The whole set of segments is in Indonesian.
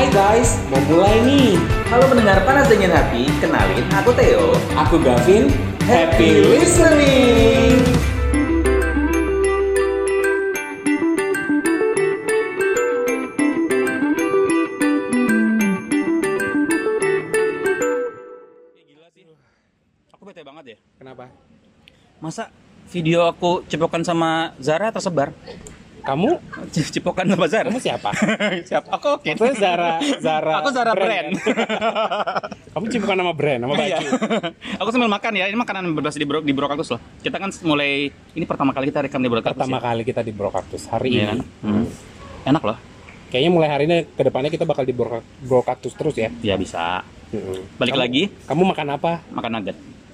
guys, mau mulai nih. Halo pendengar Panas Dingin Hati, kenalin aku Theo. Aku Gavin, happy listening. Gila sih, aku bete banget ya. Kenapa? Masa video aku cipokan sama Zara tersebar? Kamu? Cipokan sama Zara? Kamu siapa? Siapa? Aku oke. Maksudnya Zara. Aku Zara brand. Kan? Kamu bukan nama brand, nama baju. Aku sambil makan ya, ini makanan berbasis di Brokaktus loh. Kita kan mulai, ini pertama kali kita rekam di Brokaktus. Pertama kali kita di Brokaktus hari Iya ini. kan? Enak loh. Kayaknya mulai hari ini ke depannya kita bakal di Brokaktus terus ya. Ya bisa. Balik Kamu- lagi, Kamu makan apa? makan nugget.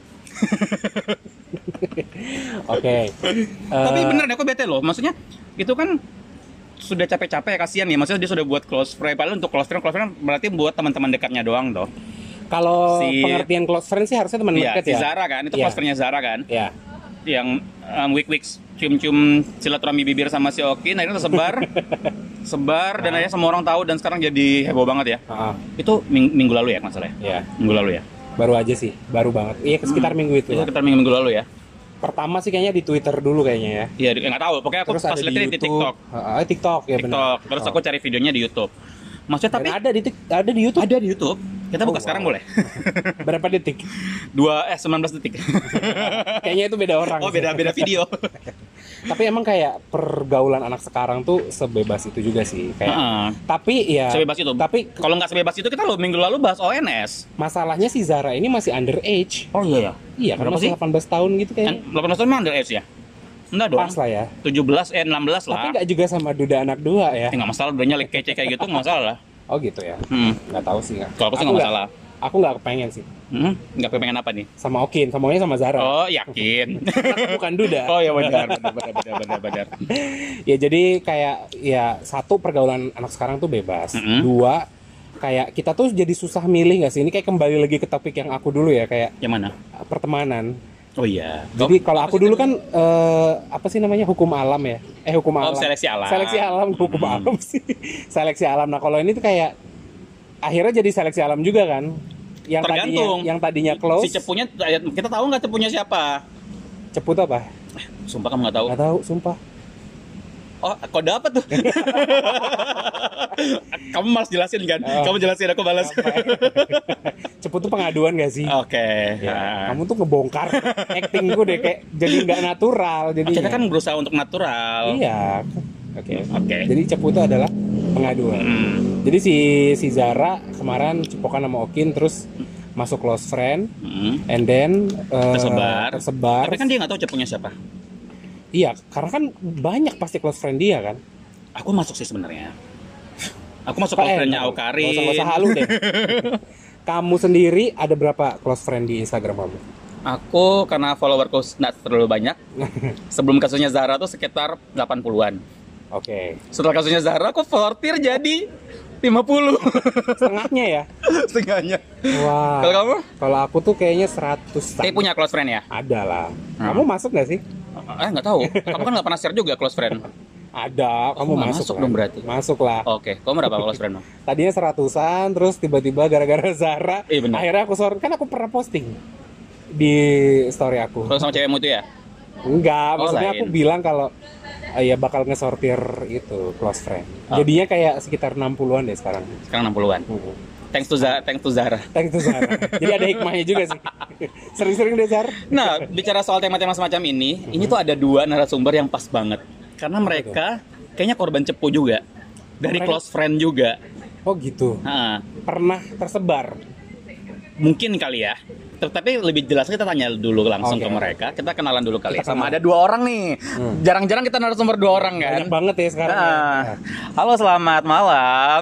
Oke. Tapi bener deh, aku bete loh. Maksudnya itu kan sudah capek-capek, kasihan ya. Maksudnya dia sudah buat close friend. Padahal untuk close friend berarti buat teman-teman dekatnya doang toh. Kalau Si- pengertian close friend sih harusnya teman Iya, dekat si ya. Zara kan, itu Iya. close friend-nya Zara kan. Ya. Yang week-weeks cium-cium silaturahmi bibir sama si Okin, akhirnya tersebar. Sebar dan akhirnya semua orang tahu dan sekarang jadi heboh banget ya. Itu minggu lalu ya masalahnya. Ya. Minggu lalu ya. Baru aja sih, baru banget. Iya, sekitar minggu itu. Itu lah. sekitar minggu lalu ya. Pertama sih kayaknya di Twitter dulu kayaknya ya. Iya, nggak tahu. Pokoknya aku Terus pas ada lihat di TikTok. TikTok ya benar. TikTok. Terus aku cari videonya di YouTube. Maksudnya Dan tapi ada di YouTube. ada di YouTube. Kita buka Oh, sekarang wow. boleh. Berapa detik? 19 detik. Kayaknya itu beda orang. Oh, sih. beda video. Tapi emang kayak pergaulan anak sekarang tuh sebebas itu juga sih. Kayak. Heeh. Tapi ya. Sebebas itu. Tapi Kalau nggak sebebas itu kita lo minggu lalu bahas ONS. masalahnya si Zara ini masih underage. Oh iya ya. Iya, kan Berapa masih sih? 18 tahun gitu kayaknya. 18 tahun mah underage ya? Enggak dong. Pas lah ya. 16 Tapi lah. nggak juga sama duda anak dua ya. Nggak masalah, udahnya kece kayak gitu nggak masalah. Oh gitu ya. Hmm. Nggak tahu sih nggak. Kalau aku sih nggak masalah. Aku nggak kepengen sih. Nggak pengen apa nih? Sama Okin, maunya sama Zara. Oh yakin. Aku bukan duda. Oh ya benar. Ya jadi kayak ya satu pergaulan anak sekarang tuh bebas. Dua kayak kita tuh jadi susah milih nggak sih? Ini kayak kembali lagi ke topik yang aku dulu ya kayak Yang mana? pertemanan. Oh iya. Jadi kalau aku dulu kan apa sih namanya hukum alam ya? Hukum alam. Seleksi alam. Seleksi alam hukum alam sih. Seleksi alam. Nah kalau ini tuh kayak akhirnya jadi seleksi alam juga kan? Tergantung. Yang tadinya close. Si cepunya kita tahu nggak cepunya siapa? Cepu tuh apa? Sumpah kamu nggak tahu. Nggak tahu, sumpah. Oh, kode apa tuh? Kamu malas jelasin kan? Oh. Kamu jelasin, aku balas. Cepu tuh pengaduan gak sih? Oke. Ya, Nah. kamu tuh ngebongkar acting gue deh kayak jadi nggak natural jadi Kita kan berusaha untuk natural. iya oke Oke. jadi cepu itu adalah pengaduan jadi si Zara kemarin cipokan sama Okin terus masuk close friend and then Tersebar. tersebar Tapi kan dia nggak tahu cepunya siapa. iya karena kan banyak pasti close friend dia kan Aku masuk sih sebenarnya. Aku masuk close friend-nya Aukarin. nggak usah halu deh kamu sendiri ada berapa close friend di Instagram kamu? Aku karena followerku nggak terlalu banyak. Sebelum kasusnya Zara tuh sekitar 80-an. Oke. Setelah kasusnya Zara, aku sortir jadi 50. Setengahnya ya? Setengahnya. Wah. Kalau kamu? Kalau aku tuh kayaknya 100. Tapi punya close friend ya? Ada lah. Kamu masuk nggak sih? Nggak tahu. Kamu kan nggak pernah share juga close friend. Ada. Kamu nggak masuk masuk lah. dong berarti. Masuk lah. Oke, kamu berapa close friend? Tadinya 100-an, terus tiba-tiba gara-gara Zara, Iya, benar. akhirnya aku sortir. Kan aku pernah posting di story aku. Kalau sama cewekmu itu ya? Enggak, Oh, maksudnya lain. aku bilang kalau ya bakal ngesortir itu close friend. Oh. Jadinya kayak sekitar 60-an deh sekarang. Sekarang 60-an. Thanks to Zara. Thanks to Zara. Jadi ada hikmahnya juga sih. Sering-sering deh Zara. Nah, bicara soal tema-tema semacam ini tuh ada dua narasumber yang pas banget. Karena mereka kayaknya korban cepu juga. Dari Mereka- close friend juga. Oh gitu. Nah, Pernah tersebar. mungkin kali ya. Tapi lebih jelas kita tanya dulu langsung Oke. ke mereka. Kita kenalan dulu kali. Kita Sama kenal. ada dua orang nih. Jarang-jarang kita narasumber dua orang kan. Banyak banget ya sekarang. Nah, ya. halo selamat malam.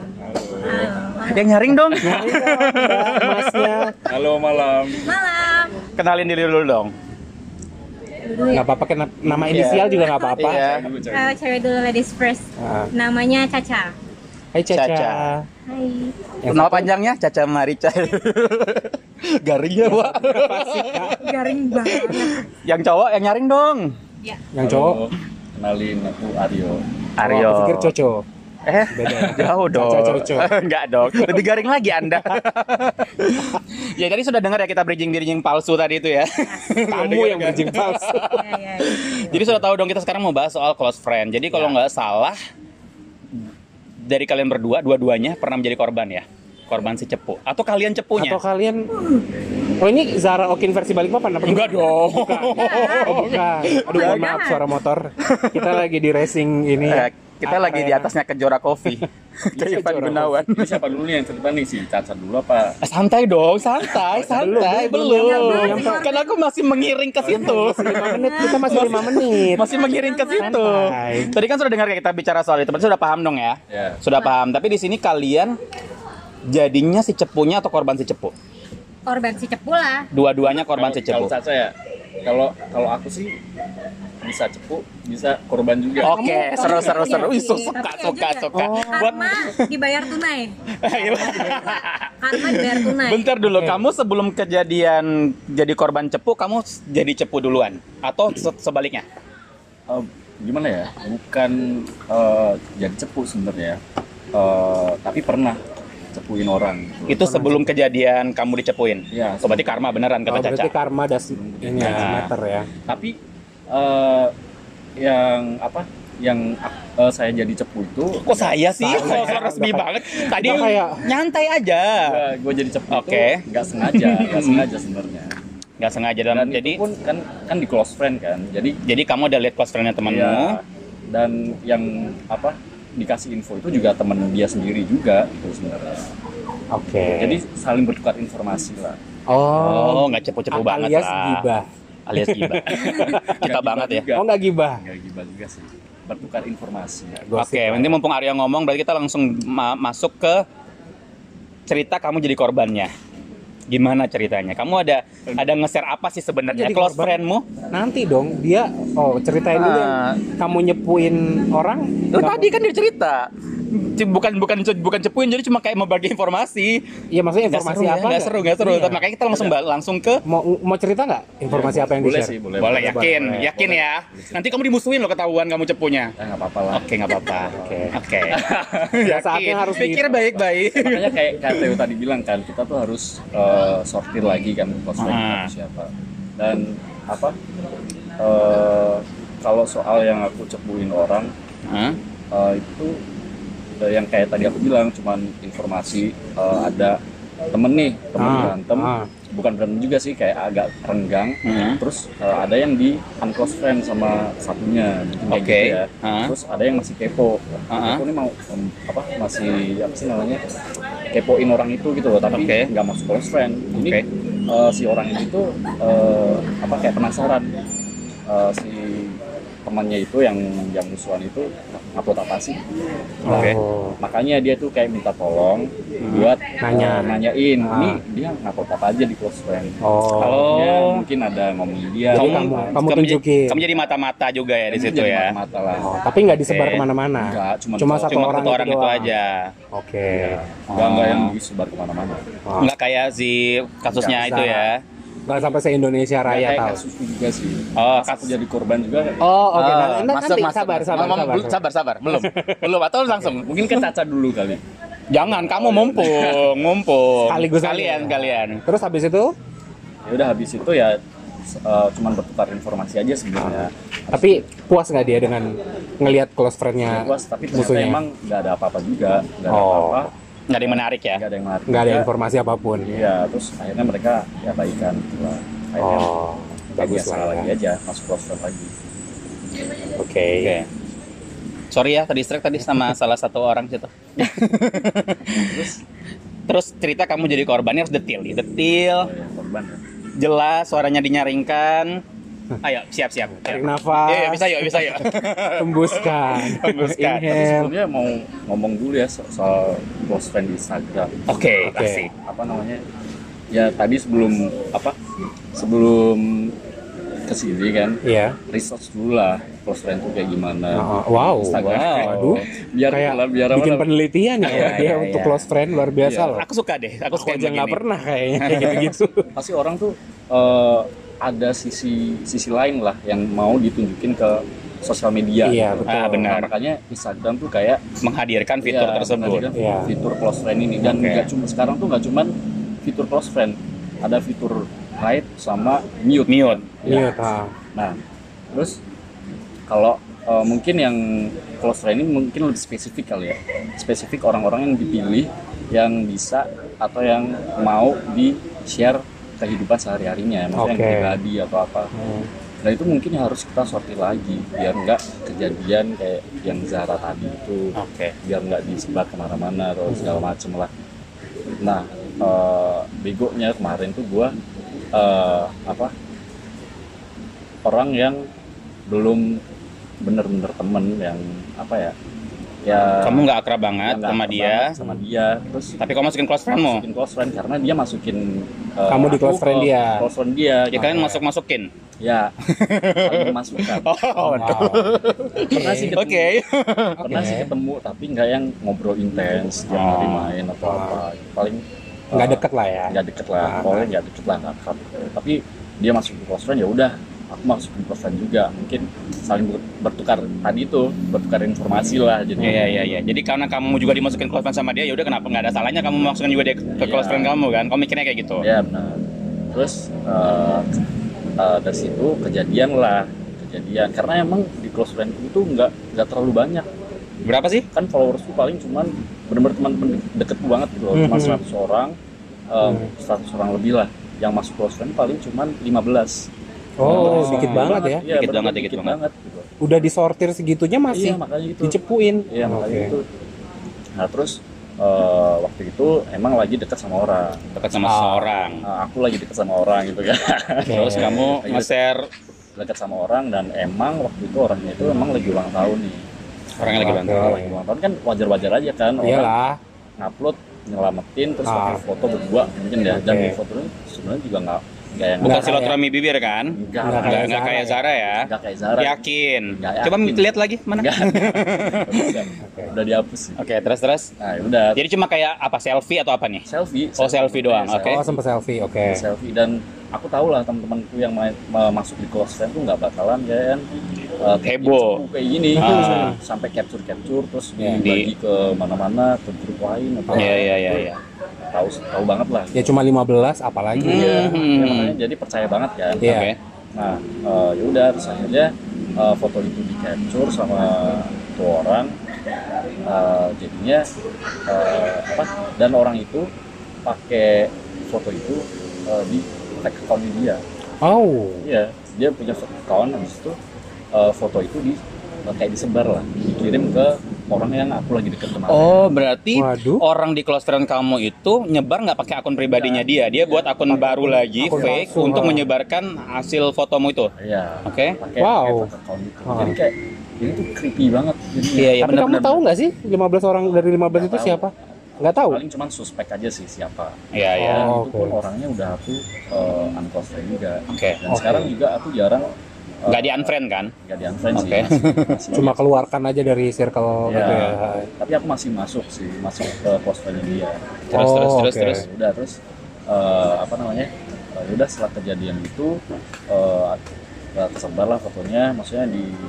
Yang nyaring dong. Mari dong, Mbak, Masnya. Halo malam. Malam. Kenalin diri dulu dong. Nggak apa-apa, nama inisial juga nggak apa-apa. Iya. Cewek dulu, ladies first. Ah. Namanya Caca. Hai Caca. Caca. Hai. Yang Nama satu- panjangnya Caca Marica. Garingnya, Pak. Garing banget. Yang cowok yang nyaring dong. Ya. Yang cowok. Kenalin aku Aryo. Oh, Aryo. aku pikir Coco. Beda. Jauh dong. Caca Coco. Enggak dong. Lebih garing lagi Anda. Ya tadi sudah dengar ya kita bridging palsu tadi itu ya. Kamu yang bridging palsu. Ya. Jadi sudah tahu dong kita sekarang mau bahas soal close friend. Jadi kalau nggak salah dari kalian berdua, dua-duanya pernah menjadi korban ya? Korban si cepu. Atau kalian cepunya? Atau kalian Oh ini Zara Okin versi Balikpapan apa? Enggak dong. Oh, bukan. Aduh mohon maaf suara motor. Kita lagi di racing ini. Kita lagi di atasnya Kejora Coffee. Ke Ivan Gunawan. Ini siapa dulu nih yang cerita nih, si Caca dulu apa? Santai dong, santai. Belum. Kan aku masih mengiring ke situ. 5 menit, kita masih 5 menit. Masih mengiring ke situ. Santai. Tadi kan sudah dengar kita bicara soal itu, berarti sudah paham dong ya? Ya. Sudah paham. Tapi di sini kalian jadinya si cepunya atau korban si cepu? Korban si cepu lah. Dua-duanya korban si Kalau cepu. Caca ya, kalau aku sih bisa cepu, bisa korban juga. Oke, seru. Ih, suka. Buat Karma dibayar tunai. Karma dibayar tunai. bentar dulu, kamu sebelum kejadian jadi korban cepu, kamu jadi cepu duluan atau sebaliknya? Gimana ya? Bukan jadi cepu sebenarnya, tapi pernah cepuin orang. Itu sebelum kejadian kamu dicepuin. Iya. Oh, berarti karma beneran kata Caca. Berarti karma das ini ya, meter ya. Tapi yang saya jadi cepu itu, Kok saya sih? Kok resmi banget. Tadi Udah kayak nyantai aja. gue jadi cepu Oke. itu nggak sengaja sebenarnya. Nggak sengaja Dan jadi itu pun kan di close friend kan. jadi kamu udah lihat close friend-nya temanmu. Iya. Dan yang dikasih info itu juga teman dia sendiri juga itu sebenarnya. Oke. Jadi saling bertukar informasi lah. Oh, nggak cepu-cepu banget alias lah. gibah. Alias gibah. Kita Nggak banget ya. gibah Oh nggak gibah. juga. Nggak gibah juga sih. Bertukar informasi. Gosip Oke, lah. nanti mumpung Arya ngomong, berarti kita langsung masuk ke cerita kamu jadi korbannya. Gimana ceritanya? Kamu ada nge-share apa sih sebenarnya Jadi close korban? friend-mu? Nanti dong dia ceritain dulu yang kamu nyepuin orang. Lu tadi kan dia cerita. Bukan cepuin, jadi cuma kayak mau bagi informasi. Iya maksudnya Nggak informasi seru, apa? Nggak seru. Iya. Makanya kita langsung ke Mau cerita nggak informasi apa yang Boleh di-share? sih, boleh. boleh yakin boleh. ya. Nanti kamu dimusuhin lo ketahuan kamu cepunya. Nggak apa-apa lah. Oke, nggak apa-apa. Oke. Ya, saatnya harus pikir baik-baik. Makanya kayak Theo tadi bilang kan, kita tuh harus sortir lagi kan close friend kita tuh siapa. Dan kalau soal yang aku cepuin orang, itu yang kayak tadi aku bilang cuman informasi, ada temen berantem, bukan berantem juga sih, kayak agak renggang. Terus ada yang di unclose friend sama satunya kayak Oke. gitu ya. Terus ada yang masih kepo. Kepo ini mau masih apa sih namanya, kepoin orang itu gitu loh, tapi Oke. nggak masuk close friend. Ini Oke. si orang ini tuh kayak penasaran, si temannya itu yang musuhan itu upload apa sih. Nah, Oke. makanya dia tuh kayak minta tolong buat nanyain ini dia upload apa aja di close friend. Ya, mungkin ada ngomongin dia. Jadi kamu tunjukin. Kamu jadi mata-mata juga ya di situ Jadi ya. mata lah. Tapi nggak disebar kemana-mana. Enggak, Cuma satu Cuma orang satu orang itu doang. aja. Oke. Enggak yang disebar kemana-mana. Nggak kayak si kasusnya Nggak itu bisa. ya. Nggak sampai se-Indonesia Raya Kayak tahu. kasusku juga sih. Oh, Pas aku jadi korban juga. Oh, oke. Masuk. Nanti sabar. Belum atau langsung? Mungkin ke Caca dulu kali. Jangan, kamu mumpung. Sekaligus aja. Kalian. Terus habis itu? Ya udah habis itu ya cuman bertukar informasi aja sebenarnya. Tapi puas nggak dia dengan ngelihat close friend-nya Puas, tapi ternyata musuhnya? emang nggak ada apa-apa juga, nggak ada apa-apa, Nggak ada yang menarik ya? nggak ada yang menarik Nggak ada juga. informasi apapun. Iya, terus akhirnya mereka ya baikan gitu lah. Akhirnya Bagus biasa lah lagi ya. aja, masuk close friend lagi. Oke. Sorry ya, terdistract tadi sama salah satu orang situ. Terus cerita kamu jadi korbannya harus detail nih. Detail, Ya, korban ya. jelas, suaranya dinyaringkan. Ayo, siap. Tarik nafas. Iya, bisa yuk. Tembuskan. Tembuskan. Tapi Inhale. sebelumnya mau ngomong dulu ya soal close friend di Instagram. Oke, kasih. Apa namanya? Ya tadi sebelum kesini kan, Iya. research dulu lah close friend itu kayak gimana. Wow. Instagram. Waduh. Biar Kayak biar bikin apa? penelitian ya Iya, dia iya, untuk iya. close friend luar biasa Iya. loh. Aku suka deh, aku Aku suka yang aja nggak begini. pernah kayaknya kayak gitu-gitu. Pasti orang tuh ada sisi lain lah yang mau ditunjukin ke sosial media. Iya, gitu. betul. Benar. Nah, makanya Instagram tuh kayak Menghadirkan fitur tersebut. menghadirkan fitur close friend ini, dan nggak cuma sekarang tuh nggak cuma fitur close friend, ada fitur hide sama mute. Iya, Nah, terus kalau mungkin yang close friend ini mungkin lebih spesifik kali ya, spesifik orang-orang yang dipilih yang bisa atau yang mau di-share kehidupan sehari-harinya, maksudnya yang pribadi atau apa. Nah itu mungkin harus kita sortir lagi biar nggak kejadian kayak yang Zara tadi itu, biar nggak disebar kemana-mana atau segala macem lah. Nah begonya kemarin tuh gue orang yang belum bener-bener temen yang kamu nggak akrab banget sama dia, terus tapi kamu masukin close friendmu. Masukin close friend karena dia masukin kamu di close friend dia. Close friend dia. Ya kalian masukin. Ya, saling memasukkan. Pernah sih ketemu. Pernah sih ketemu, tapi nggak yang ngobrol intens, tiap hari main atau apa. Paling nggak deket lah ya. Nggak deket lah, pokoknya nggak deket lah, nggak akrab. Tapi dia masuk di close friend, ya udah, aku masuk di close friend juga. Mungkin saling bertukar tadi itu, bertukar informasi lah. Jadi Iya. Jadi karena kamu juga dimasukin close friend sama dia, ya udah kenapa nggak ada salahnya kamu masukkan juga dia ke close friend kamu kan? Kamu mikirnya kayak gitu. Iya benar. Terus dari situ kejadian karena emang di close friend itu nggak terlalu banyak. Berapa sih? Kan followersku paling cuman benar-benar teman-teman deket banget gitu loh, cuma 100 orang, 100 orang lebih lah. Yang masuk close friend paling cuman 15. Dikit banget ya. Iya, Dikit banget. Gitu. Udah disortir segitunya masih makanya gitu. dicepuin. Iya, makanya itu. Nah, terus waktu itu emang lagi dekat sama orang. Dekat sama seseorang. Aku lagi dekat sama orang gitu kan. Terus kamu nge-share dekat sama orang, dan emang waktu itu orangnya itu emang lagi ulang tahun nih. orangnya lagi bantu. Lagi ulang tahun kan wajar-wajar aja kan. Iyalah. Ngupload, nyelamatin, terus pakai foto berdua mungkin ya. Dan di fotonya sebenarnya juga nggak yang Bukan silaturahmi bibir kan? Nggak kayak Zara ya? Nggak kayak Zara. Yakin? Nggak yakin. Coba lihat lagi mana? Udah dihapus sih. Oke, terus. Nah, udah. Jadi cuma kayak apa, selfie atau apa nih? Selfie doang. Oke. Oh, sempat selfie. Oke. Selfie, dan aku tahu lah teman-temanku yang masuk di close friend tuh nggak bakalan kayak heboh kayak gini, sampai capture terus dibagi ke mana-mana, ke grup lain atau Iya. tahu banget lah. Ya cuma 15 apalagi. Ya, makanya jadi percaya banget kan. Iya. Oke. Nah, ya udah, terus akhirnya foto itu di capture sama tuh orang, jadinya dan orang itu pakai foto itu di tag account dia. Oh. Iya, dia punya account, habis itu foto itu kayak disebar lah, dikirim ke orang yang aku lagi deket kemarin. Oh, berarti Waduh. orang di close friend kamu itu nyebar nggak pakai akun pribadinya dia buat akun baru lagi, akun fake, palsu, untuk menyebarkan hasil fotomu itu. Iya. Oke. Pakai Wow. account gitu. Jadi kayak ini tuh creepy banget. Jadinya. Iya, Tapi kamu tahu nggak sih 15 orang dari 15 itu tahu. siapa? Nggak tahu. Paling cuman suspek aja sih siapa. Iya. Dan Oh, itu pun oke. orangnya udah aku unclose friend juga. Oke. Dan sekarang juga aku jarang Nggak di unfriend kan? nggak di unfriend sih. Oke. Masih- Cuma keluarkan aja dari circle Iya. gitu ya. Tapi aku masih masuk ke close friend dia. Terus. oke. Udah, terus ya udah setelah kejadian itu tersebar lah fotonya, maksudnya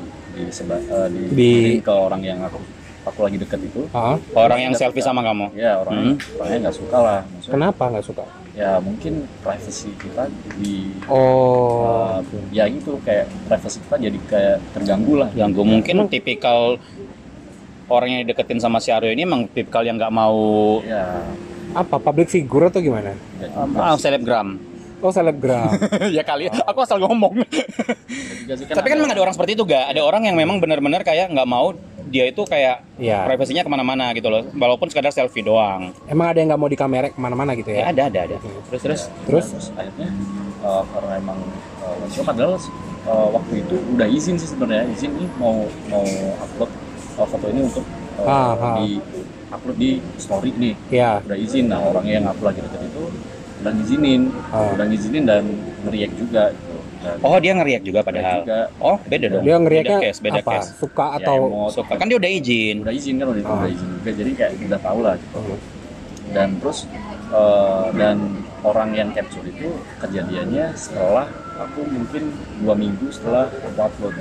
di ke orang yang aku lagi deket itu. Orang yang selfie sama kamu. Ya, orangnya nggak suka lah, maksudnya Kenapa nggak suka? ya mungkin privacy kita Oh. ya gitu, kayak privacy kita jadi kayak terganggu lah. Ganggu, mungkin tipikal orang yang deketin sama si Aryo ini emang tipikal yang nggak mau Ya, Apa public figure atau gimana? selebgram. Oh, selebgram. Ya kali, aku asal ngomong. juga sih Tapi kan memang ada orang seperti itu ga? Ada orang yang memang benar-benar kayak nggak mau dia itu kayak Iya. privasinya kemana-mana gitu loh, walaupun sekadar selfie doang. Emang ada yang nggak mau di kamera kemana-mana gitu Ya ya? ada. Terus. Terus? akhirnya karena emang padahal waktu itu udah izin sih sebenarnya, izin nih mau upload foto ini untuk di upload di story nih. Iya. Udah izin. Nah, orangnya yang aku lagi deket itu udah ngizinin dan ngeriak juga gitu. Dan Oh, dia ngeriak juga padahal. juga. Oh, beda dong. Dia ngeriaknya beda apa? case. Suka Ya, atau emot. Suka kan dia udah izin. Udah izin kan, udah izin juga, jadi kayak udah tahu lah gitu. Dan terus dan orang yang capture itu kejadiannya setelah aku mungkin 2 minggu setelah aku upload.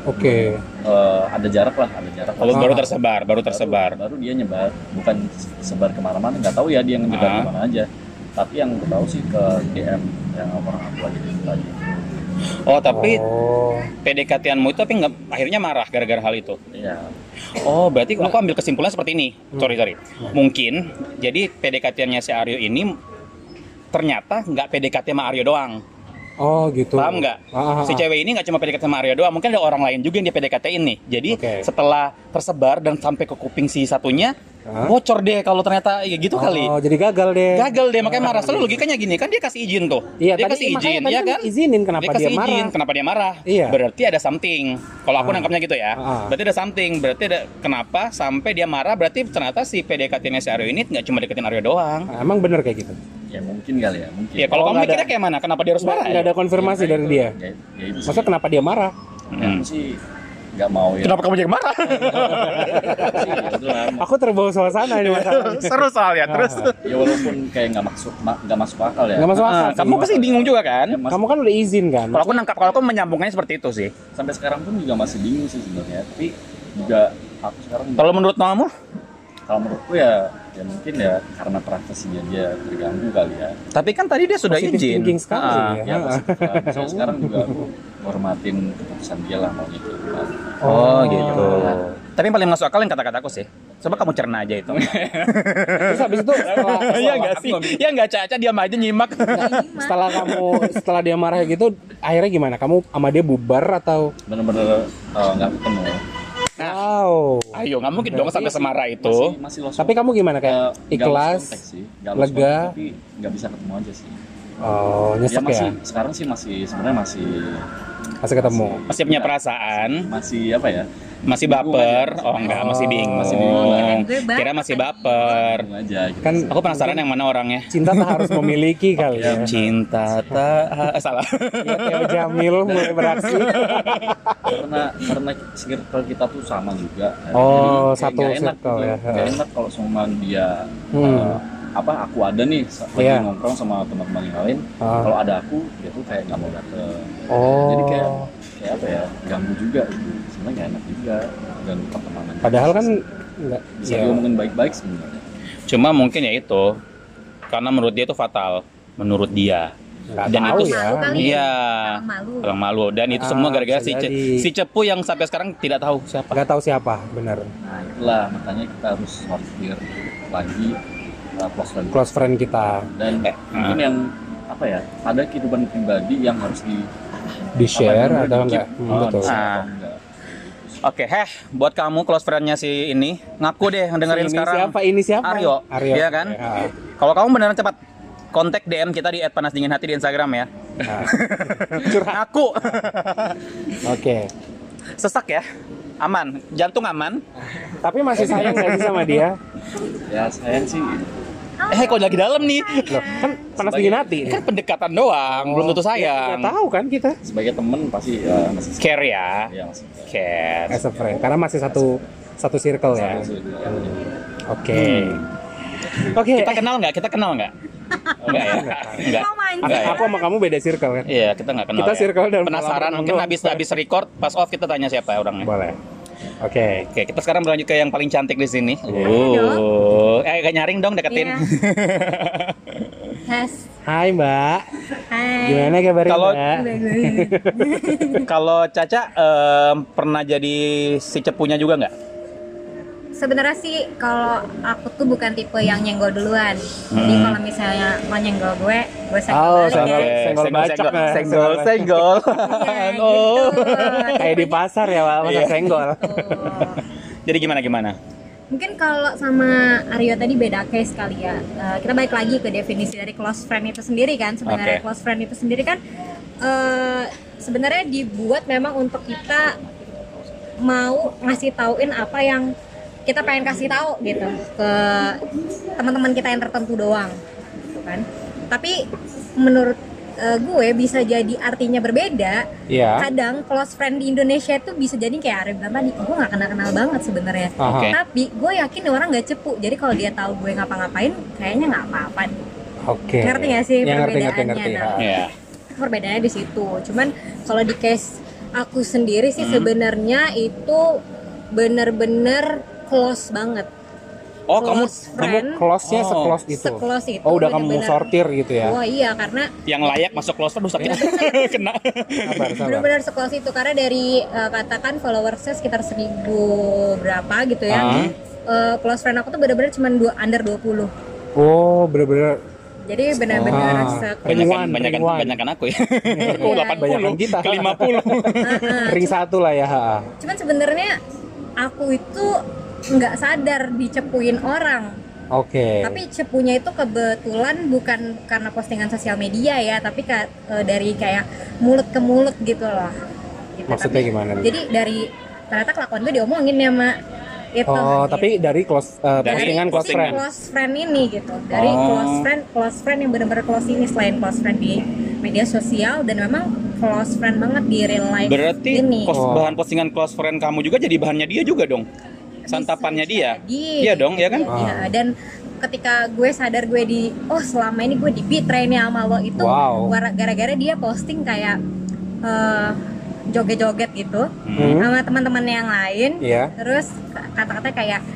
Oke. Ada jarak lah, ada jarak. Kalau baru tersebar. Baru dia nyebar, bukan sebar kemana-mana. Nggak tahu ya dia nyebar kemana aja. Tapi yang aku tahu sih ke DM yang orang aku lagi tadi. Oh, tapi PDKT-anmu itu tapi nggak akhirnya marah gara-gara hal itu? Iya. Oh, berarti aku ambil kesimpulan seperti ini. Sorry. Mungkin jadi PDKT-nya si Aryo ini ternyata nggak PDKT sama Aryo doang. Oh gitu. Paham nggak? Si cewek ini nggak cuma PDKT sama Aryo doang, mungkin ada orang lain juga yang dia PDKT-in nih. Jadi setelah tersebar dan sampai ke kuping si satunya, bocor deh kalau ternyata ya gitu kali. Oh, jadi gagal deh. Makanya marah. Selalu logikanya gini, kan dia kasih izin tuh. Iya, dia kasih izin, ya kan? Izinin kenapa dia marah? Kenapa dia marah? Iya. Berarti ada something. Kalau aku nangkapnya gitu ya. Berarti ada something. Berarti ada kenapa sampai dia marah? Berarti ternyata si PDKT-nya si Aryo ini nggak cuma deketin Aryo doang. Emang bener kayak gitu? Ya mungkin kali ya, mungkin. Ya kalau kamu mikirnya kayak mana? Kenapa dia harus marah? Nggak ada konfirmasi dari dia. Ya itu sih. Masa kenapa dia marah? Ya, aku sih nggak mau ya. Kenapa kamu jadi marah? Sih, ya udahlah. Aku terbawa suasana ini masalahnya. Seru soalnya terus. Ya walaupun kayak nggak masuk akal ya. Nggak masuk akal. Kamu pasti bingung juga kan? Ya, Kamu kan udah izin kan? Kalau aku menyambungkannya seperti itu sih. sampai sekarang pun juga masih bingung sih sebenarnya. Tapi juga aku sekarang Kalau menurut kamu? kalau menurutku ya mungkin ya karena privasinya dia terganggu kali ya. Tapi kan tadi dia sudah Positive izin. thinking sekali ya. Ya pasti. Saya sekarang juga hormatin keputusan dia lah mau gitu. Oh gitu. Tapi yang paling masuk akal yang kata-kataku sih. Coba kamu cerna aja itu. Terus habis itu Iya nggak sih? Ya nggak Caca diam aja nyimak. setelah dia marah gitu, akhirnya gimana? Kamu sama dia bubar atau? Bener-bener nggak ketemu. Wow. Ayo nggak mungkin dong sampai semarah itu. Masih lost Tapi kamu gimana kayak nggak lost ikhlas, contact sih. Nggak lost lega? contact, tapi nggak bisa ketemu aja sih. Oh, nyesek masih, ya? Sekarang sih sebenarnya masih Masih ketemu. Masih punya perasaan. masih apa ya? Masih baper. Oh enggak, masih bingung. Masih bingung. Kira masih baper. Bingung aja gitu. Kan Aku penasaran yang mana orangnya. cinta tak harus memiliki kali ya. Cinta tak salah. Ya, Theo Jamil mulai beraksi. karena circle kita tuh sama juga. Oh, Jadi, kayak satu nggak enak circle gitu. ya. Nggak enak kalau semua dia aku ada nih lagi Iya. nongkrong sama teman-teman yang lain. Kalau ada aku dia tuh kayak nggak mau dateng. Oh. Jadi kayak apa ya, ganggu juga gitu. Sebenarnya nggak enak juga ganggu pertemanan. Padahal kan enggak bisa diomongin baik-baik sebenarnya. Cuma mungkin ya itu karena menurut dia itu fatal. Menurut dia. Nggak Dan tahu itu ya. iya Malu. orang malu dan itu semua gara-gara bisa jadi. si Cepu yang sampai sekarang tidak tahu siapa. Nggak tahu siapa, benar. Nah itulah makanya kita harus sortir lagi Close friend kita dan mungkin yang apa ya, ada kehidupan pribadi yang harus di share atau enggak? Betul. Oke, buat kamu close friend-nya si ini, ngaku deh dengerin sekarang. Ini siapa? Aryo. Iya kan? Ya. Kalau kamu beneran cepat kontak DM kita di @panasdinginhati di Instagram ya. Curhat. Ngaku. Oke. Sesak ya? Aman, jantung aman. Tapi masih sayang nggak sih sama dia? Ya sayang sih. Kok lagi dalam nih? Loh, kan panas dingin hati. Kan pendekatan doang, belum tentu sayang. Nggak tahu kan kita. Sebagai temen pasti masih Care ya. ya masih Care. As a friend, karena masih satu circle ya. Oke. Oke. Kita kenal nggak? Enggak ya? Enggak. Aku sama kamu beda circle kan? Iya, kita nggak kenal. Kita ya. circle dan penasaran mungkin habis record pas off kita tanya siapa orangnya. Boleh. Oke. Oke, kita sekarang berlanjut ke yang paling cantik di sini. Gak nyaring dong deketin. Iya. Has. Hai Mbak. Hai. Gimana kabarnya Kalau- Mbak? Kalau Caca pernah jadi si cepunya juga nggak? Sebenarnya sih kalau aku tuh bukan tipe yang nyenggol duluan. Jadi kalau misalnya mau nyenggol gue Oh, senggol balik ya. senggol bacok ya. senggol. Iya, Oh. gitu. Kayak di pasar ya Pak, pasar senggol. Tuh. Jadi gimana? Mungkin kalau sama Aryo tadi beda case kali ya. Kita balik lagi ke definisi dari close friend itu sendiri kan. Sebenarnya Oke. close friend itu sendiri kan sebenarnya dibuat memang untuk kita mau ngasih tauin apa yang kita pengen kasih tahu gitu ke teman-teman kita yang tertentu doang, gitu kan. Tapi menurut gue bisa jadi artinya berbeda. Iya. Kadang close friend di Indonesia itu bisa jadi kayak Arif bilang tadi, gue nggak kenal banget sebenarnya. Oke. Tapi gue yakin nih orang nggak cepu. Jadi kalau dia tahu gue ngapa-ngapain, kayaknya nggak apa-apa. Oke. Ngerti nggak sih Ya, perbedaannya? ngerti. Nah, Iya. perbedaannya di situ. Cuman kalau di case aku sendiri sih sebenarnya itu bener-bener close banget. Oh, kamu close-nya se-close itu? Se-close itu. Oh, udah kamu sortir gitu ya? Oh iya, karena yang layak masuk close friend sakit kena. Sabar. Benar-benar se-close itu karena dari katakan followersnya sekitar 1000 berapa gitu ya. Close friend aku tuh benar-benar cuma under 20. Oh, bener-bener. Jadi benar-benar banyakan aku ya. Aku 80 kita ke 50. Ring satu lah ya. Cuman sebenarnya aku itu nggak sadar dicepuin orang. Oke. Tapi cepunya itu kebetulan bukan karena postingan sosial media ya, tapi dari kayak mulut ke mulut gitu loh. Gitu. Maksudnya gimana nih? Jadi dari ternyata kelakuan gue diomongin ya Mak. Itu. Oh, tapi dari postingan close friend. Close friend ini gitu. Dari close friend yang benar-benar close ini, selain close friend di media sosial dan memang close friend banget di real life. Berarti ini. bahan postingan close friend kamu juga jadi bahannya dia juga dong. Santapannya dia. Iya dong, ya kan? Iya, dan ketika gue sadar gue selama ini gue di-betray nih sama lo itu gara-gara dia posting kayak joget-joget gitu sama teman-teman yang lain. Terus kata-kata kayak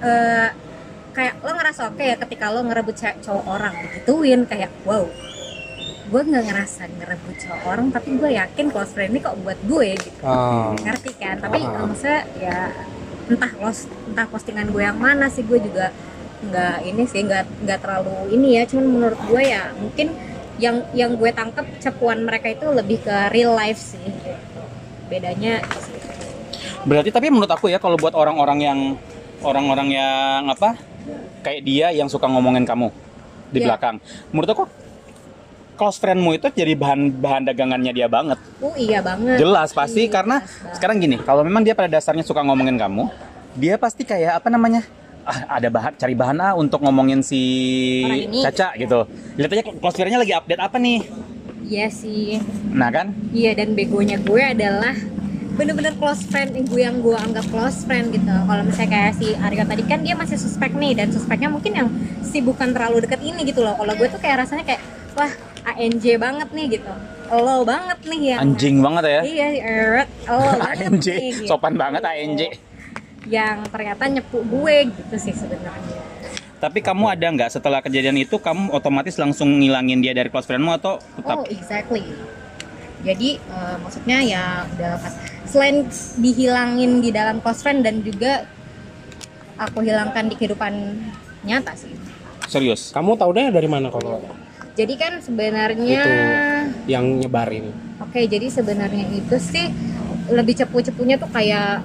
lo ngerasa oke ya ketika lo ngerebut cowok orang gituin, kayak wow, gue nggak ngerasa ngerebut cowok orang, tapi gue yakin close friend ini kok buat gue gitu. Ngerti kan? Tapi maksudnya ya entah postingan gue yang mana sih, gue juga nggak terlalu ini ya, cuman menurut gue ya mungkin yang gue tangkap cepuan mereka itu lebih ke real life sih gitu. Bedanya sih. Berarti tapi menurut aku ya, kalau buat orang-orang yang apa kayak dia yang suka ngomongin kamu di belakang, menurut aku close friendmu itu jadi bahan dagangannya dia banget. Iya banget. Jelas pasti karena sekarang gini, kalau memang dia pada dasarnya suka ngomongin kamu, dia pasti kayak apa namanya? Ada cari bahan untuk ngomongin si Caca gitu. Lihat aja close friend-nya lagi update apa nih. Iya sih. Nah kan? Iya, dan begonya gue adalah bener-bener close friend yang gue anggap close friend gitu. Kalau misalnya kayak si Aryo tadi kan dia masih suspek nih, dan suspeknya mungkin yang si bukan terlalu deket ini gitu loh. Kalau gue tuh kayak rasanya kayak wah ANJ banget nih gitu, lo banget nih ya, anjing banget ya, iya lo banget ANJ nih, gitu. Sopan banget ANJ yang ternyata nyepu gue gitu sih sebenarnya. Tapi kamu ada nggak setelah kejadian itu kamu otomatis langsung ngilangin dia dari close friendmu atau tetap? Oh exactly. Jadi maksudnya ya udah pas selain dihilangin di dalam close friend dan juga aku hilangkan di kehidupan nyata sih. Serius? Kamu tahunya dari mana kalau? Jadi kan sebenarnya itu yang nyebarin. Oke, jadi sebenarnya itu sih lebih cepu-cepunya tuh kayak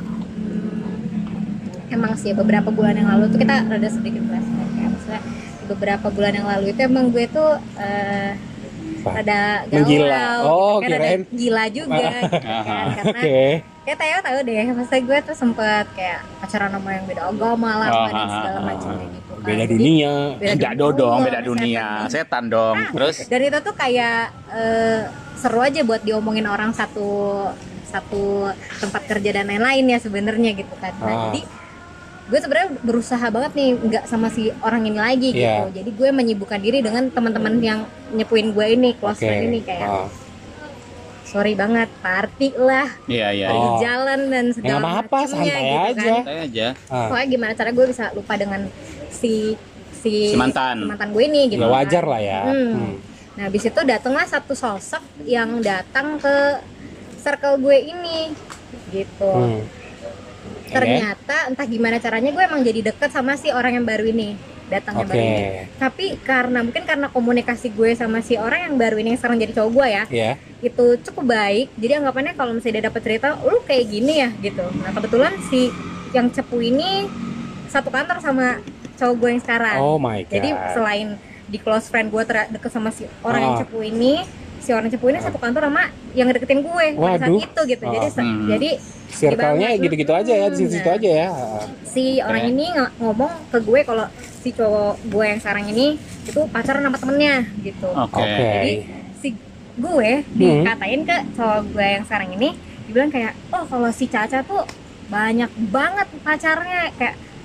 emang sih beberapa bulan yang lalu tuh kita rada sedikit flashback ya. Maksudnya beberapa bulan yang lalu itu emang gue tuh rada galau, kirain gila juga gitu kan. Karena kayak Theo tahu deh, maksudnya gue tuh sempet kayak pacaran sama yang beda agama lah dan segala macamnya gitu kan. Beda dunia. Beda dunia, setan dong. Terus dan itu tuh kayak seru aja buat diomongin orang satu tempat kerja dan lain-lain ya sebenarnya gitu kan. Nah, jadi gue sebenarnya berusaha banget nih nggak sama si orang ini lagi gitu. Jadi gue menyibukkan diri dengan teman-teman yang nyepuin gue ini, close friend ini kayak sorry banget, party lah, pergi jalan dan segala macamnya santai gitu aja. kan. Santai aja. Pokoknya gimana cara gue bisa lupa dengan si mantan gue ini gitu. Ya wajar lah ya. Nah habis itu datanglah satu sosok yang datang ke circle gue ini gitu. Ternyata entah gimana caranya gue emang jadi deket sama si orang yang baru ini, datangnya baru ini. Tapi karena komunikasi gue sama si orang yang baru ini yang sekarang jadi cowok gue ya, itu cukup baik. Jadi anggapannya kalau misalnya dia dapat cerita, lu kayak gini ya gitu. Nah kebetulan si yang cepu ini satu kantor sama cowok gue yang sekarang. Oh my God. Jadi selain di close friend gue deket sama si orang yang cepu ini, si orang cepu ini satu kantor sama yang deketin gue pada saat itu gitu. Jadi circle-nya gitu-gitu aja ya, di situ aja ya. Si orang ini ngomong ke gue kalau si cowok gue yang sekarang ini itu pacaran sama temennya gitu. Jadi si gue dikatain ke cowok gue yang sekarang ini, dibilang kayak, oh kalau si Caca tuh banyak banget pacarnya, kayak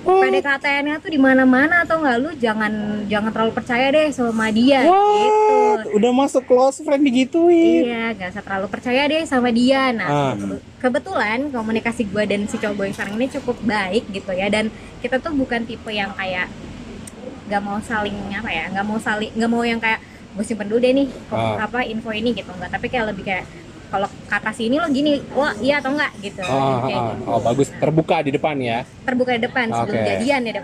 PDKT-nya tuh di mana-mana atau enggak, lu jangan terlalu percaya deh sama dia gitu. Udah masuk close friend digituin. Iya, gak usah terlalu percaya deh sama dia. Nah, kebetulan komunikasi gue dan si cowok gue yang sekarang ini cukup baik gitu ya. Dan kita tuh bukan tipe yang kayak gak mau saling apa ya, gak mau yang kayak gue simpen dulu deh nih info ini gitu, enggak. Tapi kayak lebih kayak kalau kata sini lo gini, wah iya atau enggak gitu. Kayak gitu. Bagus, terbuka di depan ya. Terbuka di depan sebelum jadian ya,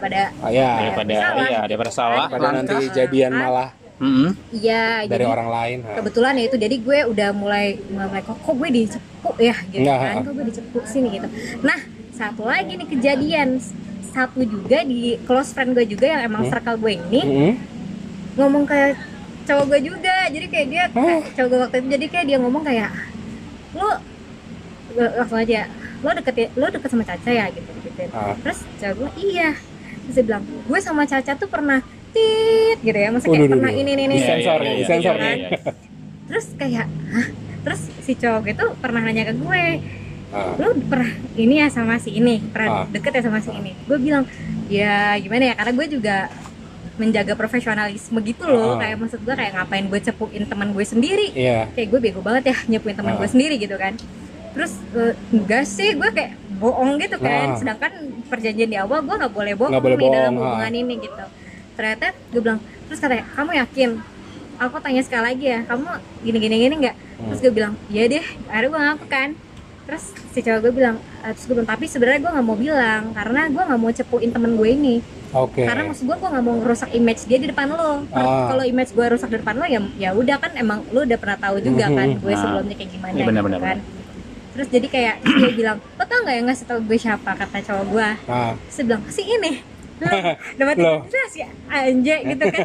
daripada salah. Daripada nanti jadian malah iya, dari jadi orang lain. kebetulan ya itu, jadi gue udah mulai kok gue dicepu ya gitu kan, kok gue dicepu sini gitu. Nah, satu lagi nih kejadian, satu juga di close friend gue juga yang emang circle gue ini ngomong kayak cowok gue juga, jadi kayak dia cowok gue waktu itu, jadi kayak dia ngomong kayak lo langsung aja, lo deket sama Caca ya gitu. Terus cowok gue iya, terus dia bilang gue sama Caca tuh pernah gitu ya, maksudnya kayak pernah ini sensor kan? Terus kayak terus si cowok itu pernah nanya ke gue, lo pernah ini ya sama si ini, pernah deket ya sama si ini. Gue bilang ya gimana ya, karena gue juga menjaga profesionalisme gitu loh, kayak maksud gue kayak ngapain gue cepuin teman gue sendiri, kayak gue bego banget ya nyepuin teman gue sendiri gitu kan. Terus enggak sih, gue kayak bohong gitu kan, sedangkan perjanjian di awal gue nggak boleh bohong nih dalam hubungan ini gitu. Ternyata gue bilang, terus katanya kamu yakin? Aku tanya sekali lagi ya, kamu gini nggak? Terus gue bilang iya deh, akhirnya gue ngaku kan. Terus si cowok gue bilang, tapi sebenarnya gue nggak mau bilang karena gue nggak mau cepuin temen gue ini. Karena maksud gue nggak mau ngerusak image dia di depan lo. Kalau image gue rusak di depan lo ya udah kan, emang lo udah pernah tahu juga kan gue sebelumnya kayak gimana gitu kan. Terus jadi kayak dia bilang, lo tau nggak yang ngasih tau gue siapa, kata cowok gue. Terus dia bilang si ini. Dapat jelas ya anjing gitu kan,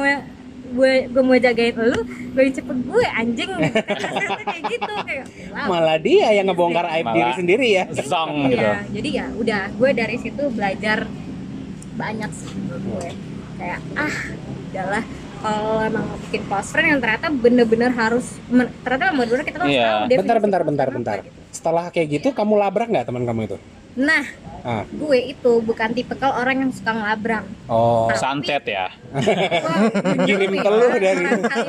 gue mau jagain lu, gue cepet gue anjing gitu. Kayak gitu kayak wow. Malah dia yang ngebongkar aib diri sendiri ya. Zong gitu. Jadi ya udah, gue dari situ belajar banyak sih gue. Kayak udahlah, kalau emang bikin close friend yang ternyata bener-bener harus ternyata bener-bener kita harus tahu. Bentar. Setelah kayak gitu kamu labrak nggak teman kamu itu? Nah, gue itu bukan tipikal orang yang suka ngelabrak. Santet ya. Kirim teluh dari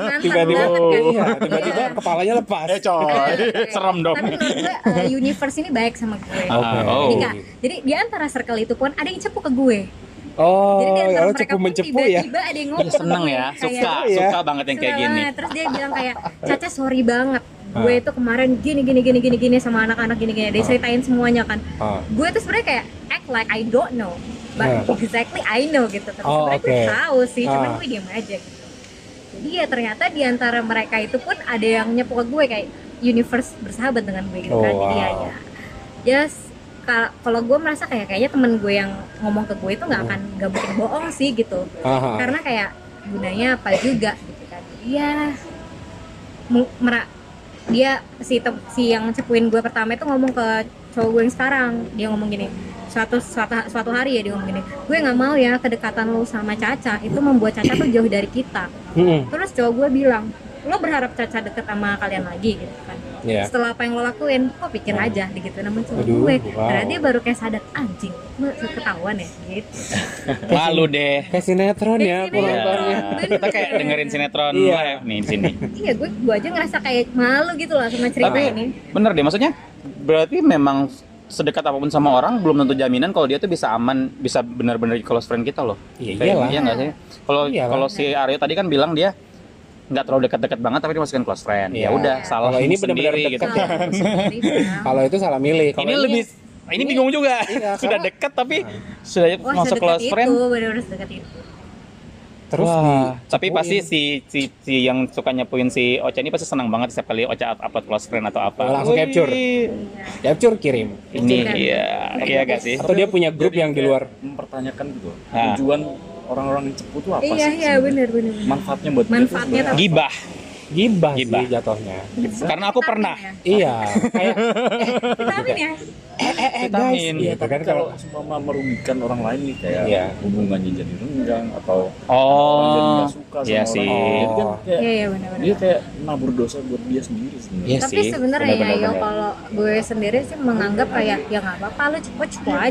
tiba-tiba kepalanya lepas. Coy, serem dong. Tapi menurut gue universe ini baik sama gue. Jadi di antara circle itu pun ada yang cepu ke gue. Jadi di antara mereka pun tiba-tiba ada yang ngomong. Seneng ya, suka banget yang kayak gini. Terus dia bilang kayak, Caca sorry banget, gue itu kemarin gini sama anak-anak gini. Dia ceritain semuanya kan. Gue tuh sebenarnya kayak act like I don't know, but exactly I know gitu. Terus sebenarnya gue tahu sih, cuman gue diam aja gitu. Jadi ya ternyata di antara mereka itu pun ada yang nyepu ke gue kayak universe bersahabat dengan gue gitu kan. Jadi ya kalau gue merasa kayaknya temen gue yang ngomong ke gue itu nggak mungkin bohong sih gitu. Karena kayak gunanya apa juga gitu kan. Dia si yang cepuin gue pertama itu ngomong ke cowok gue yang sekarang. Dia ngomong gini, suatu hari ya dia ngomong gini, gue nggak mau ya kedekatan lo sama Caca itu membuat Caca tuh jauh dari kita. Terus cowok gue bilang, lo berharap Caca deket sama kalian lagi gitu kan. Setelah apa yang lo lakuin, kok pikir aja gitu nama cowok gue. Karena dia baru kayak sadar, anjing lo ketahuan ya gitu. Malu deh. Kayak sinetron ya penontonnya. Kita kayak dengerin sinetron live nih di sini. Iya, gue aja ngerasa kayak malu gitu lah sama cerita ini. Bener deh, maksudnya berarti memang sedekat apapun sama orang belum tentu jaminan kalau dia tuh bisa aman, bisa benar-benar close friend kita loh. Iya nggak sih? Kalau si Aryo tadi kan bilang dia nggak terlalu dekat-dekat banget tapi dimasukin close friend. Ya udah, salah kalau ini benar-benar sendiri gitu. Kalau itu salah milih. Ini bingung juga. Sudah dekat tapi sudah masuk close friend. Benar-benar sedekat itu. Terus tapi pasti si yang suka nyepuin si Ocha ini pasti senang banget setiap kali Ocha upload close friend atau apa. Langsung capture kirim. Ini iya gak sih? Atau dia punya grup yang di luar. Mempertanyakan gitu. Tujuan orang-orang yang cepu itu apa sih? Iya, benar. Manfaatnya buat manfaatnya Gibah sih jatuhnya. Karena aku pernah. Iya, kayak vitamin ya. Vitamin. Iya, tapi kalau semua merugikan orang lain nih kayak hubungannya jadi renggang atau jadi nggak suka sama orang. Jadi kan kayak benar. dia kayak nabur dosa buat dia sendiri sebenarnya. Iya Tapi sebenarnya ya kalau gue sendiri sih menganggap kayak ya nggak apa-apa, lu cepu aja.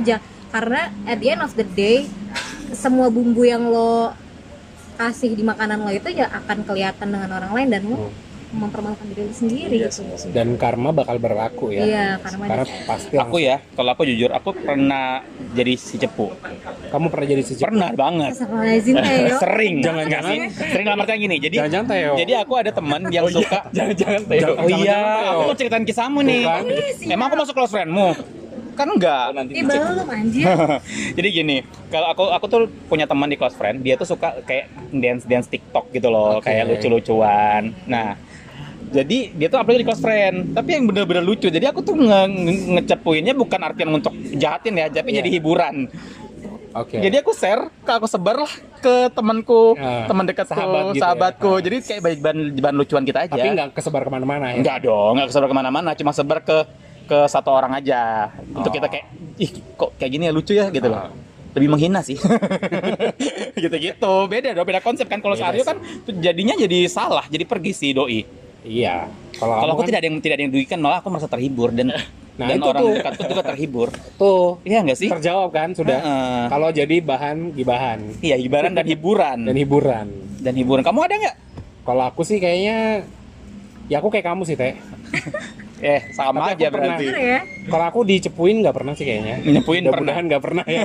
Karena at the end of the day semua bumbu yang lo kasih di makanan lo itu ya akan kelihatan dengan orang lain dan lo mempermalukan diri lo sendiri gitu. Dan karma bakal berlaku ya. Iya, karena pasti Aku ya, kalau aku jujur, aku pernah jadi si cepu. Kamu pernah jadi si cepu? Pernah banget. Astagfirullahaladzim, Teo. Sering. Jangan-jangan. Nggak sih? Sering dalam artian gini. Jadi Jangan-jangan Teo. Jadi aku ada teman yang suka. Jangan-jangan Teo. Oh iya, Jangan-jangan, aku Teo. mau ceritain kisahmu nih. Bukan. Emang aku masuk close friendmu? Kan enggak. Nanti Ih, belum anjir. Jadi gini, kalau aku tuh punya teman di close friend, dia tuh suka kayak dance TikTok gitu loh, Oke. kayak lucu-lucuan. Nah, jadi dia tuh upload di close friend, tapi yang bener-bener lucu. Jadi aku tuh ngecepuinnya bukan artian untuk jahatin ya, tapi Iya. jadi hiburan. Oke. Jadi aku share, aku sebar lah ke temanku, teman dekatku, Sahabat gitu sahabatku. ya. Jadi kayak bahan lucuan kita aja. Tapi nggak kesebar kemana-mana ya? Enggak dong, enggak kesebar kemana-mana, cuma sebar ke satu orang aja. Untuk kita kayak, ih kok kayak gini ya, lucu ya gitu loh. Lebih menghina sih. Gitu-gitu. Beda konsep kan. Kalau Beda Aryo sih. kan jadinya jadi salah, jadi pergi si doi. Iya. Kalau aku kan- tidak ada yang dirugikan, malah aku merasa terhibur dan Nah, dan itu orang tuh. dekatku juga terhibur. Tuh, Iya enggak sih? terjawab kan sudah. Heeh. Kalau jadi bahan gibahan Iya, hiburan dan hiburan. dan hiburan. Dan hiburan. Kamu ada nggak? Kalau aku sih kayaknya ya aku kayak kamu sih, Teh. Sama Tapi aja aku pernah. berarti. Bener ya? Kalau aku dicepuin nggak pernah sih kayaknya. Nyepuin pernah. Mudah-mudahan nggak pernah ya.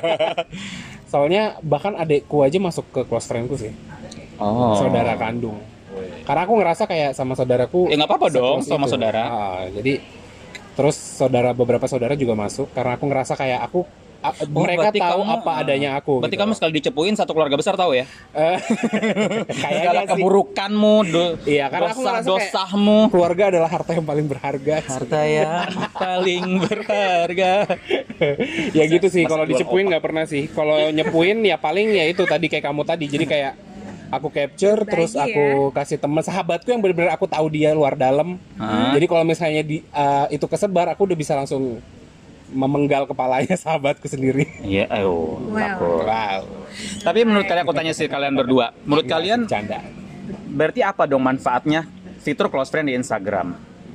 Soalnya bahkan adekku aja masuk ke close friendku sih, Oh. saudara kandung. Karena aku ngerasa kayak sama saudaraku. Ya nggak apa-apa dong, se-close sama itu. saudara. Jadi terus beberapa saudara juga masuk karena aku ngerasa kayak aku mereka berarti tahu kamu- apa adanya aku. Berarti gitu. kamu sekali dicepuin satu keluarga besar tahu ya? Kayaknya Segala sih. keburukanmu, Iya, karena aku ngerasa kayak dosa-dosahmu. keluarga adalah harta yang paling berharga. Harta yang paling berharga. Ya gitu sih. Masih Kalau jual dicepuin opak. nggak pernah sih. Kalau nyepuin ya paling ya itu tadi kayak kamu tadi. Jadi kayak aku capture Berbagi terus aku kasih teman sahabatku yang benar-benar aku tahu dia luar dalam. Jadi kalau misalnya itu kesebar, aku udah bisa langsung memenggal kepalanya sahabatku sendiri. Iya, ayo. Wow. Takut. Wow. Tapi menurut kalian, aku tanya sih kalian berdua, menurut kalian Canda. berarti apa dong manfaatnya fitur close friend di Instagram?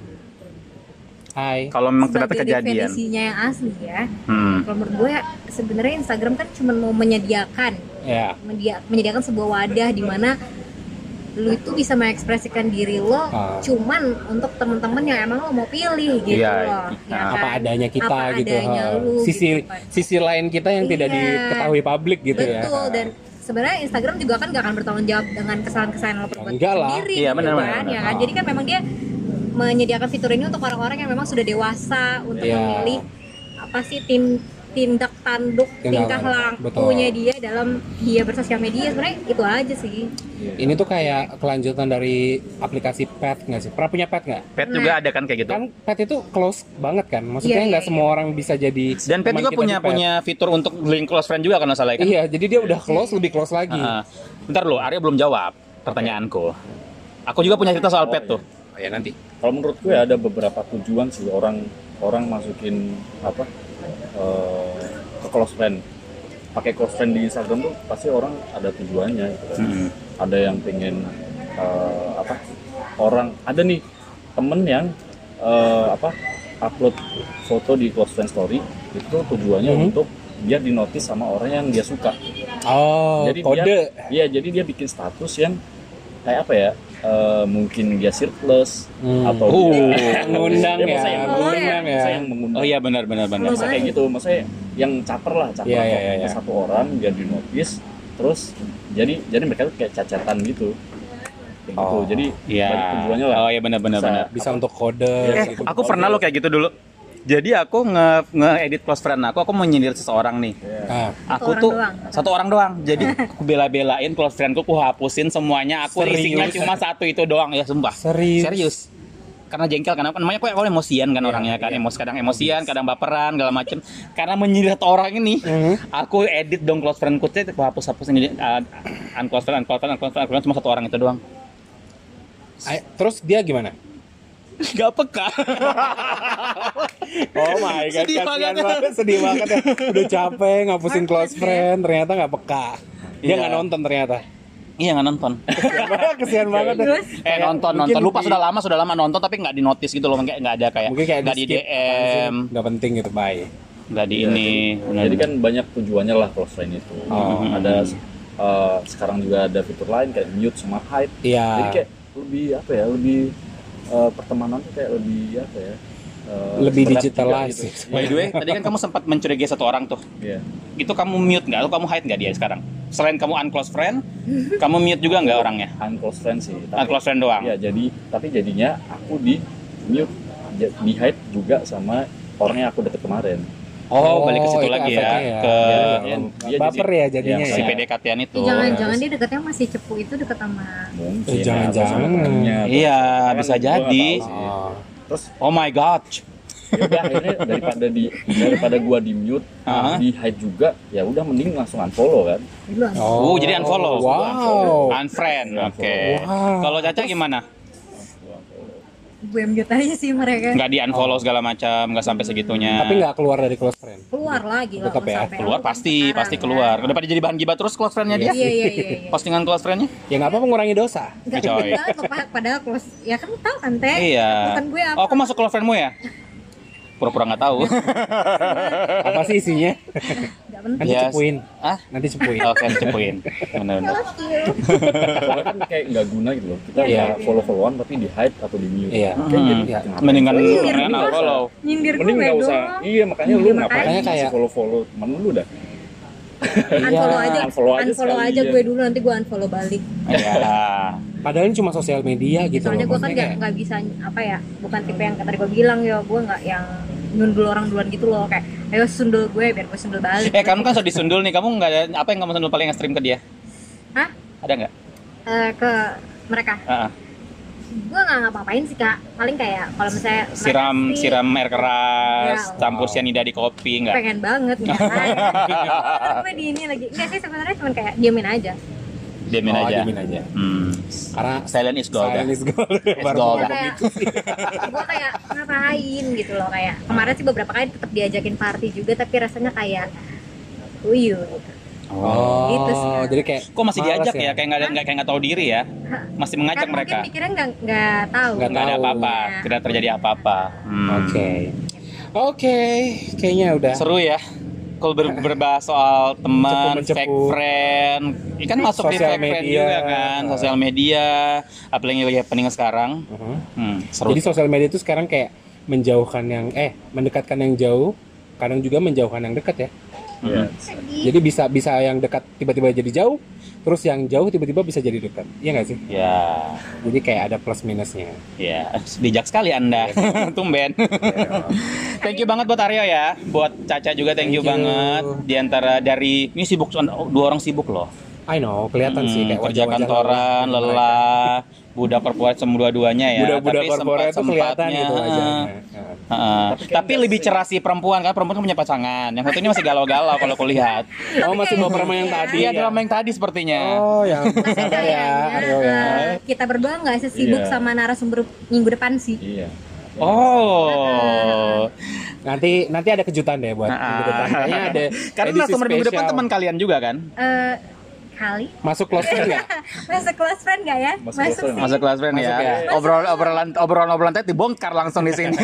Hai. Kalau memang ternyata Sebagai kejadian. definisinya yang asli ya. Hmm. Kalau menurut gue sebenarnya Instagram kan cuma mau menyediakan Ya. menyediakan sebuah wadah di mana lu itu bisa mengekspresikan diri lo cuman untuk teman-teman yang emang lo mau pilih gitu Iya, loh ya kan? Apa adanya kita Apa gitu. adanya Ha. lu, Sisi gitu kan. sisi lain kita yang tidak Iya. diketahui publik gitu ya. Betul, dan sebenarnya Instagram juga kan gak akan bertanggung jawab dengan kesalahan-kesalahan lo perbuat Enggak lah. sendiri Iya, gitu benar, kan, benar. ya kan? Jadi kan memang dia menyediakan fitur ini untuk orang-orang yang memang sudah dewasa untuk Iya. memilih apa sih tindak tanduk tingkah lakunya betul. dia dalam dia bersosial media. Sebenarnya itu aja sih. Ini tuh kayak kelanjutan dari aplikasi Pet nggak sih? Pernah punya Pet nggak? Pet juga ada kan kayak gitu. Kan Pet itu close banget kan? Maksudnya Iya, nggak iya, semua orang bisa jadi Dan Pet teman juga kita punya di Pet. punya fitur untuk link close friend juga kan masalahnya kan? Iya, jadi dia udah close, lebih close lagi. Bentar lo, Arya belum jawab pertanyaanku. Aku juga punya cerita soal Pet tuh. Oh, ya nanti. Kalau menurut gue ada beberapa tujuan sih orang masukin apa ke close friend. Pakai close friend di Instagram tuh pasti orang ada tujuannya gitu kan. Ada yang pengen orang ada nih temen yang upload foto di close friend story itu tujuannya untuk biar dinotis sama orang yang dia suka. Oh, Jadi kode. jadi dia bikin status yang kayak apa ya? Mungkin dia shirtless atau dia mengundang dia ya, masa yang mengundang ya. masa yang mengundang. Oh iya benar. Masa kayak gitu, maksudnya yang caper Iya, iya, ke iya. satu orang biar dinotis, terus jadi mereka tuh kayak cacatan gitu. Kayak gitu. Jadi Iya. banyak tujuannya lah. Oh iya benar. Bisa untuk kode. gitu. Aku pernah lo kayak gitu dulu. Jadi aku nge-edit close friend aku menyindir seseorang nih. Ah, Aku orang tuh doang. satu orang doang. Jadi aku bela-belain close friendku, aku hapusin semuanya. Aku Serius? isinya cuma satu itu doang ya, sumpah. serius. Karena jengkel kan namanya aku emosian kan orangnya kan, kadang emosian, kadang baperan, segala macem. Karena menyindir satu orang ini, aku edit dong close friendku, aku hapus-hapusin jadi unclose friend cuma satu orang itu doang. Terus dia gimana? Gak peka. Oh my god, Sedih kasihan banget ya. banget, sedih banget ya. Udah capek ngapusin close friend, ternyata nggak peka. Dia Iya. nggak nonton ternyata. Iya nggak nonton. Kasihan banget. Ya. Terus? Nonton. Mungkin Lupa di- sudah lama nonton tapi nggak di notice gitu loh, nggak ada kayak Mungkin kayak nggak di skip, DM. nggak penting gitu, bye. nggak di Iya, ini. Jadi kan banyak tujuannya lah close friend itu. Ada sekarang juga ada fitur lain kayak mute sama hide. Iya. Jadi kayak lebih apa ya, lebih pertemanan tuh kayak lebih apa ya, Lebih berat digitalize juga gitu. By the way, tadi kan kamu sempat mencurigai satu orang tuh. Iya. Itu kamu mute nggak? Atau kamu hide nggak dia sekarang? Selain kamu unclose friend, kamu mute juga nggak orangnya? Unclose friend sih. Unclose friend doang. Iya, tapi jadinya aku di mute, di hide juga sama orang yang aku deket kemarin. Oh, balik ke situ itu lagi ya, efeknya ke Dia baper jadi- ya jadinya Iya, si ya. PDKT-an itu. Jangan-jangan dia deketnya masih cepu itu deket sama Mungkin Jangan-jangan. sama temennya, atau- Iya, kan bisa gua nggak jadi. tahu sih. Oh. Terus Oh my god. ya udah akhirnya daripada gua di mute, di hide juga, ya udah mending langsung unfollow kan. duluan. Oh, jadi unfollow. Wow. Unfriend. Oke. Wow. Kalau Caca gimana? Gue mute aja sih mereka. Nggak di unfollow segala macam, nggak sampai segitunya. Tapi nggak keluar dari close friend. Keluar lagi lah. Tetap mau ya? sampai keluar apa pasti sekarang, keluar. kan. Daripada jadi bahan gibah terus close friend-nya dia. Iya. Postingan close friend-nya. Ya nggak apa mengurangi dosa. Enggak Coy. banget kok, padahal close. Ya kan tahu kan teh. Iya. Bukan gue apa. Oh, aku masuk close friend-mu ya? Pura-pura nggak tahu. Apa sih isinya? Enggak penting. Nanti Yes. cepuin. Ah? Nanti cepuin. Oke, cepuin. Benar-benar. Soalnya kan kayak nggak guna gitu loh. Kita Iya. ya follow-followan tapi di hide atau di mute. Iya. Kayak jadi Iya. kenapa? Mendingan Nyindir mendingan gue. unfollow. Nyindir gue Mending nggak usah. dong. Iya, makanya lu Iya, ngapain makanya sih kayak- follow-follow temen lu dah. Unfollow aja. Unfollow aja Unfollow sekali, aja iya. gue dulu, nanti gue unfollow balik. Iya. Padahal ini cuma sosial media gitu. Soalnya loh. gue kan Maksudnya nggak bisa apa ya, bukan tipe yang tadi gue bilang ya, gue nggak yang nyundul orang duluan gitu loh, kayak ayo sundul gue biar gue sundul balik. Kamu kan sudah disundul nih. Kamu nggak ada apa yang kamu sundul paling ekstrim ke dia? Hah? Ada nggak? Ke mereka. Ah, ah. Gue nggak ngapa-ngapain sih kak, paling kayak kalau misalnya mereka sih Siram air keras, Ya. campur cyanida di kopi nggak? pengen banget nggak kan? Gue di ini lagi nggak sih, sebenarnya cuma kayak diemin aja. Diamin Oh, aja. diemin aja. Karena silent is gold. silent Ya? is gold. Baru gold. ngomong Kayak, gitu sih. gue kayak ngapain gitu loh, kayak kemarin sih beberapa kali tetap diajakin party juga tapi rasanya kayak uyu gitu. Oh, Gitu sih, Kak. jadi kayak Kok masih males diajak ya? Kayak nggak tahu diri ya? Masih mengajak Kan mereka. mungkin mikirnya nggak tahu. Nggak Nggak ada tahu. apa-apa, Iya. tidak terjadi apa-apa. Oke, kayaknya udah. Seru ya. Kalau berbahas soal teman, Mencepu-mencepu. fake friend, ini kan masuk di Sosial fake friend media. juga kan, sosial media, apalagi lagi happening sekarang. Seru. Jadi sosial media itu sekarang kayak mendekatkan yang jauh, kadang juga menjauhkan yang dekat ya. Iya. Jadi bisa yang dekat tiba-tiba jadi jauh, terus yang jauh tiba-tiba bisa jadi dekat. Iya nggak sih? Ya, Jadi kayak ada plus minusnya. ya, bijak sekali Anda, tumben. Thank you banget buat Aryo ya, buat Caca juga thank you Thank you. banget. Di antara dari ini sibuk, dua orang sibuk loh. I know, kelihatan sih kayak Kerja wajah-wajah kantoran, lelah, budak korporat semua dua-duanya ya. Budak-budak Tapi korporat itu kelihatan sempat-sempatnya, gitu wajahnya. Tapi lebih cerah sih perempuan kan perempuan kan punya pasangan. Yang satu ini masih galau-galau kalau kulihat. Oh, masih baper sama yang tadi. Iya ya? drama yang tadi sepertinya. Oh, yang Tapi sabar ya, Aryo ya. kayaknya kita berdua nggak sesibuk Iya. sama narasumber minggu depan sih. Iya. Oh. Nanti ada kejutan deh buat minggu depan. Kayaknya ada Karena edisi narasumber minggu depan spesial. teman kalian juga kan? Kali Masuk close friend nggak? masuk close friend nggak ya? Masuk close friend. sih. Masuk kelas friend Masuk ya. ya. Obrolan tadi dibongkar langsung di sini.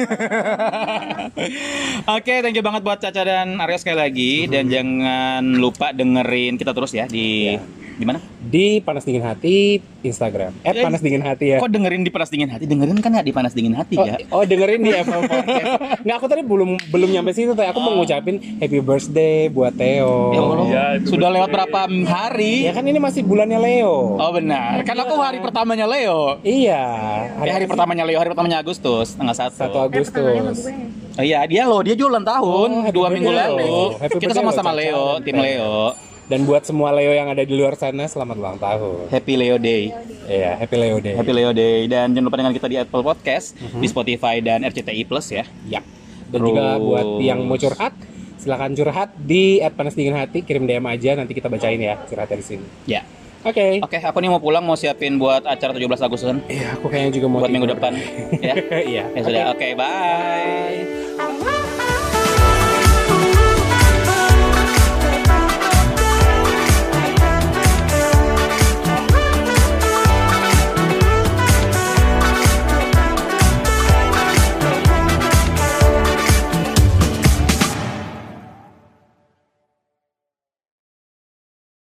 Oke, thank you banget buat Caca dan Aryo sekali lagi dan jangan lupa dengerin kita terus ya di mana? Di Panas Dingin Hati Instagram. Panas Dingin Hati ya. Kok dengerin di Panas Dingin Hati? Dengerin kan nggak di Panas Dingin Hati ya? Oh, dengerin di Apple Podcast. Nggak, aku tadi belum nyampe situ tuh. Aku mau ngucapin happy birthday buat Theo. Ya Allah, Iya, itu sudah betul. lewat berapa hari? Ya kan ini masih bulannya Leo. Oh benar, kan aku hari pertamanya Leo. Iya. Hari pertamanya Leo, hari pertamanya Agustus, tanggal 1. 1 Agustus. Pertamanya sama gue. Oh iya, dia juga ulang tahun, Oh, happy 2 minggu birthday, lalu. Leo. Happy Kita birthday, sama-sama Caca. Leo, tim Leo. Dan buat semua Leo yang ada di luar sana, selamat ulang tahun. Happy Leo Day. Iya, happy Leo Day. Happy Leo Day dan jangan lupa dengan kita di Apple Podcast, di Spotify dan RCTI Plus ya. Yap. Dan juga Terus- buat yang mau curhat, silakan curhat di @panasdinginhati, kirim DM aja, nanti kita bacain ya curhatnya di sini. Ya. Oke. Oke, aku nih mau pulang, mau siapin buat acara 17 Agustusan Iya, aku kayaknya juga mau buat minggu tidur. depan. Ya. Iya. Ya sudah. Oke, bye.